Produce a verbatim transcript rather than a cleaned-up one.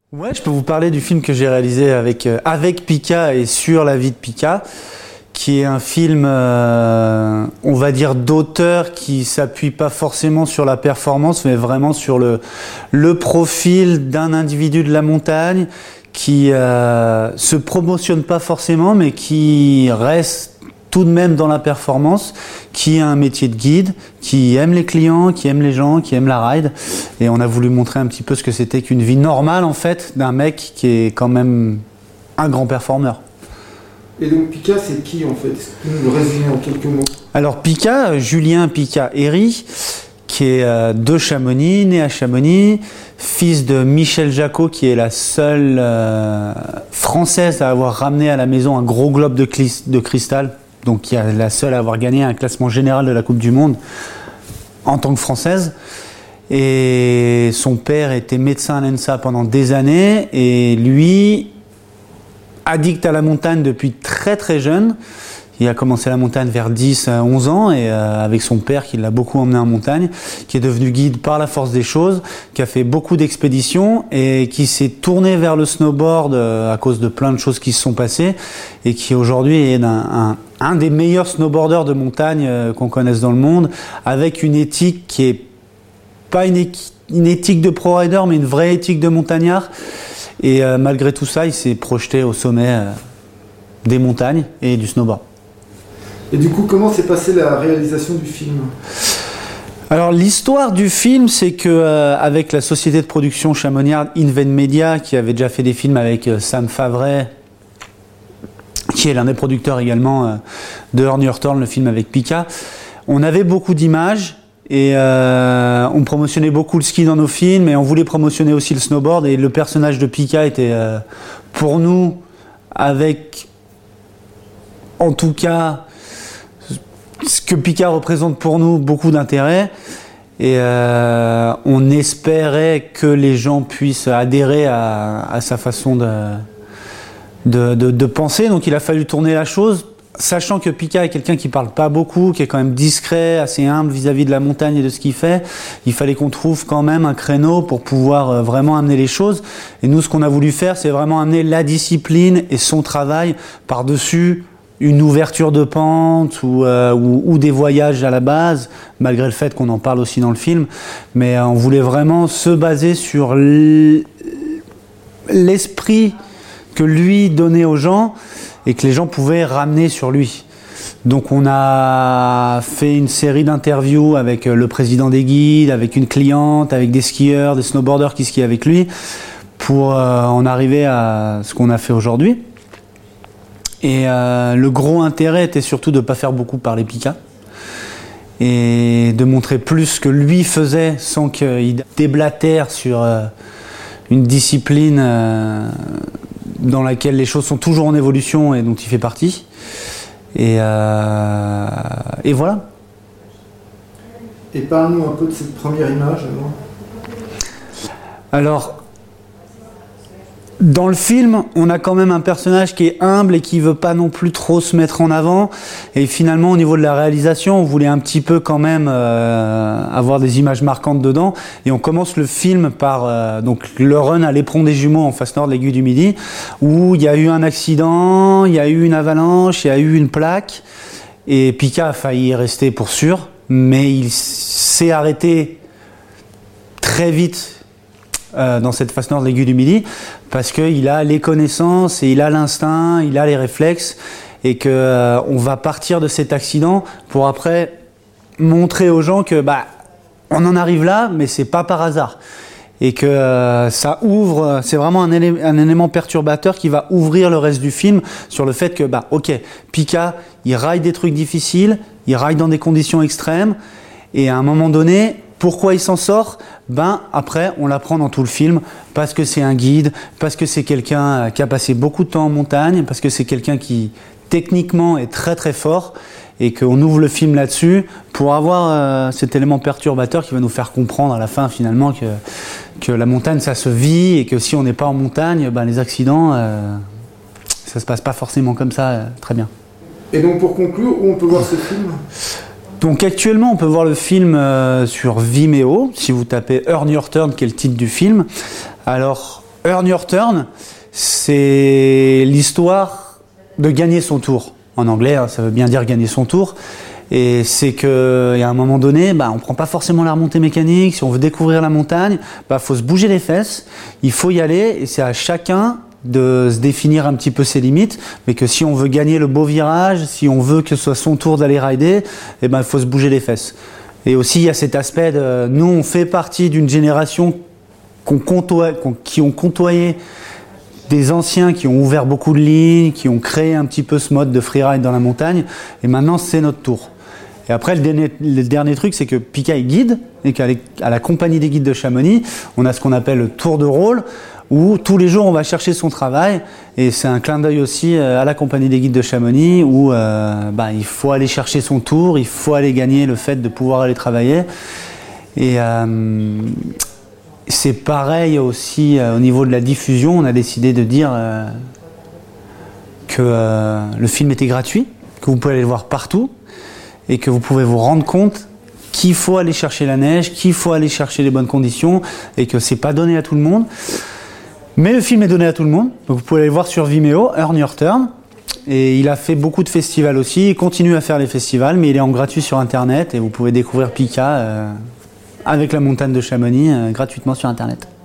Ouais, je peux vous parler du film que j'ai réalisé avec, euh, avec Pika et sur la vie de Pika, qui est un film, euh, on va dire, d'auteur qui s'appuie pas forcément sur la performance, mais vraiment sur le, le profil d'un individu de la montagne qui euh, se promotionne pas forcément, mais qui reste tout de même dans la performance, qui a un métier de guide, qui aime les clients, qui aime les gens, qui aime la ride. Et on a voulu montrer un petit peu ce que c'était qu'une vie normale, en fait, d'un mec qui est quand même un grand performeur. Et donc Pika, c'est qui en fait? Est-ce que tu peux nous le résumer en quelques mots? Alors Pika, Julien Pika Herry, qui est euh, de Chamonix, né à Chamonix, fils de Michel Jacot, qui est la seule euh, Française à avoir ramené à la maison un gros globe de, clis- de cristal, donc qui est la seule à avoir gagné un classement général de la Coupe du Monde en tant que Française. Et son père était médecin à l'E N S A pendant des années, et lui, addict à la montagne depuis très très jeune. Il a commencé la montagne vers dix à onze ans et euh, avec son père qui l'a beaucoup emmené en montagne, qui est devenu guide par la force des choses, qui a fait beaucoup d'expéditions et qui s'est tourné vers le snowboard euh, à cause de plein de choses qui se sont passées et qui aujourd'hui est un, un, un des meilleurs snowboarders de montagne euh, qu'on connaisse dans le monde, avec une éthique qui est pas une, équi- une éthique de pro-rider mais une vraie éthique de montagnard. Et euh, malgré tout ça, il s'est projeté au sommet euh, des montagnes et du snowboard. Et du coup, comment s'est passée la réalisation du film? Alors l'histoire du film, c'est que euh, avec la société de production chamoniarde Inven Media, qui avait déjà fait des films avec euh, Sam Favret, qui est l'un des producteurs également euh, de Earn Your Turn, le film avec Pika, on avait beaucoup d'images. Et euh, on promotionnait beaucoup le ski dans nos films et on voulait promotionner aussi le snowboard. Et le personnage de Pika était euh, pour nous, avec en tout cas ce que Pika représente pour nous, beaucoup d'intérêt. Et euh, on espérait que les gens puissent adhérer à, à sa façon de, de, de, de penser. Donc il a fallu tourner la chose. Sachant que Pika est quelqu'un qui parle pas beaucoup, qui est quand même discret, assez humble vis-à-vis de la montagne et de ce qu'il fait, il fallait qu'on trouve quand même un créneau pour pouvoir euh, vraiment amener les choses. Et nous, ce qu'on a voulu faire, c'est vraiment amener la discipline et son travail par-dessus une ouverture de pente ou, euh, ou, ou des voyages à la base, malgré le fait qu'on en parle aussi dans le film. Mais euh, on voulait vraiment se baser sur l'esprit que lui donnait aux gens et que les gens pouvaient ramener sur lui. Donc on a fait une série d'interviews avec le président des guides, avec une cliente, avec des skieurs, des snowboarders qui skient avec lui, pour euh, en arriver à ce qu'on a fait aujourd'hui. Et euh, le gros intérêt était surtout de ne pas faire beaucoup parler Pika et de montrer plus ce que lui faisait sans qu'il déblatère sur euh, une discipline euh, dans laquelle les choses sont toujours en évolution et dont il fait partie. Et, euh, et voilà. Et parle-nous un peu de cette première image alors. Alors, dans le film, on a quand même un personnage qui est humble et qui veut pas non plus trop se mettre en avant. Et finalement, au niveau de la réalisation, on voulait un petit peu quand même euh, avoir des images marquantes dedans. Et on commence le film par euh, donc le run à l'éperon des jumeaux en face nord de l'aiguille du Midi, où il y a eu un accident, il y a eu une avalanche, il y a eu une plaque. Et Pika a failli rester pour sûr, mais il s'est arrêté très vite Euh, dans cette face nord de l'aiguille du Midi, parce qu'il a les connaissances et il a l'instinct, il a les réflexes, et qu'on euh, va partir de cet accident pour après montrer aux gens que bah, on en arrive là, mais c'est pas par hasard. Et que euh, ça ouvre, c'est vraiment un, élé- un élément perturbateur qui va ouvrir le reste du film sur le fait que, bah, ok, Pika, il raille des trucs difficiles, il raille dans des conditions extrêmes, et à un moment donné, pourquoi il s'en sort? Ben après, on l'apprend dans tout le film, parce que c'est un guide, parce que c'est quelqu'un qui a passé beaucoup de temps en montagne, parce que c'est quelqu'un qui techniquement est très très fort, et qu'on ouvre le film là-dessus pour avoir euh, cet élément perturbateur qui va nous faire comprendre à la fin finalement que, que la montagne ça se vit, et que si on n'est pas en montagne, ben, les accidents, euh, ça se passe pas forcément comme ça euh, très bien. Et donc pour conclure, où on peut voir ce film? Donc actuellement, on peut voir le film euh, sur Vimeo, si vous tapez Earn Your Turn, qui est le titre du film. Alors, Earn Your Turn, c'est l'histoire de gagner son tour. En anglais, hein, ça veut bien dire gagner son tour. Et c'est qu'à un moment donné, bah, on ne prend pas forcément la remontée mécanique. Si on veut découvrir la montagne, bah, faut se bouger les fesses, il faut y aller, et c'est à chacun de se définir un petit peu ses limites, mais que si on veut gagner le beau virage, si on veut que ce soit son tour d'aller rider, eh ben, il faut se bouger les fesses. Et aussi, il y a cet aspect de, nous, on fait partie d'une génération qu'on côtoie, qu'on, qui ont côtoyé des anciens qui ont ouvert beaucoup de lignes, qui ont créé un petit peu ce mode de freeride dans la montagne, et maintenant, c'est notre tour. Et après, le dernier, le dernier truc, c'est que Pika est guide, et qu'à la compagnie des guides de Chamonix, on a ce qu'on appelle le tour de rôle, où tous les jours, on va chercher son travail, et c'est un clin d'œil aussi à la compagnie des guides de Chamonix, où euh, bah, il faut aller chercher son tour, il faut aller gagner le fait de pouvoir aller travailler. Et euh, c'est pareil aussi euh, au niveau de la diffusion, on a décidé de dire euh, que euh, le film était gratuit, que vous pouvez aller le voir partout, et que vous pouvez vous rendre compte qu'il faut aller chercher la neige, qu'il faut aller chercher les bonnes conditions, et que c'est pas donné à tout le monde. Mais le film est donné à tout le monde, donc vous pouvez aller le voir sur Vimeo, Earn Your Turn. Et il a fait beaucoup de festivals aussi, il continue à faire les festivals, mais il est en gratuit sur Internet, et vous pouvez découvrir Pika euh, avec la montagne de Chamonix euh, gratuitement sur Internet.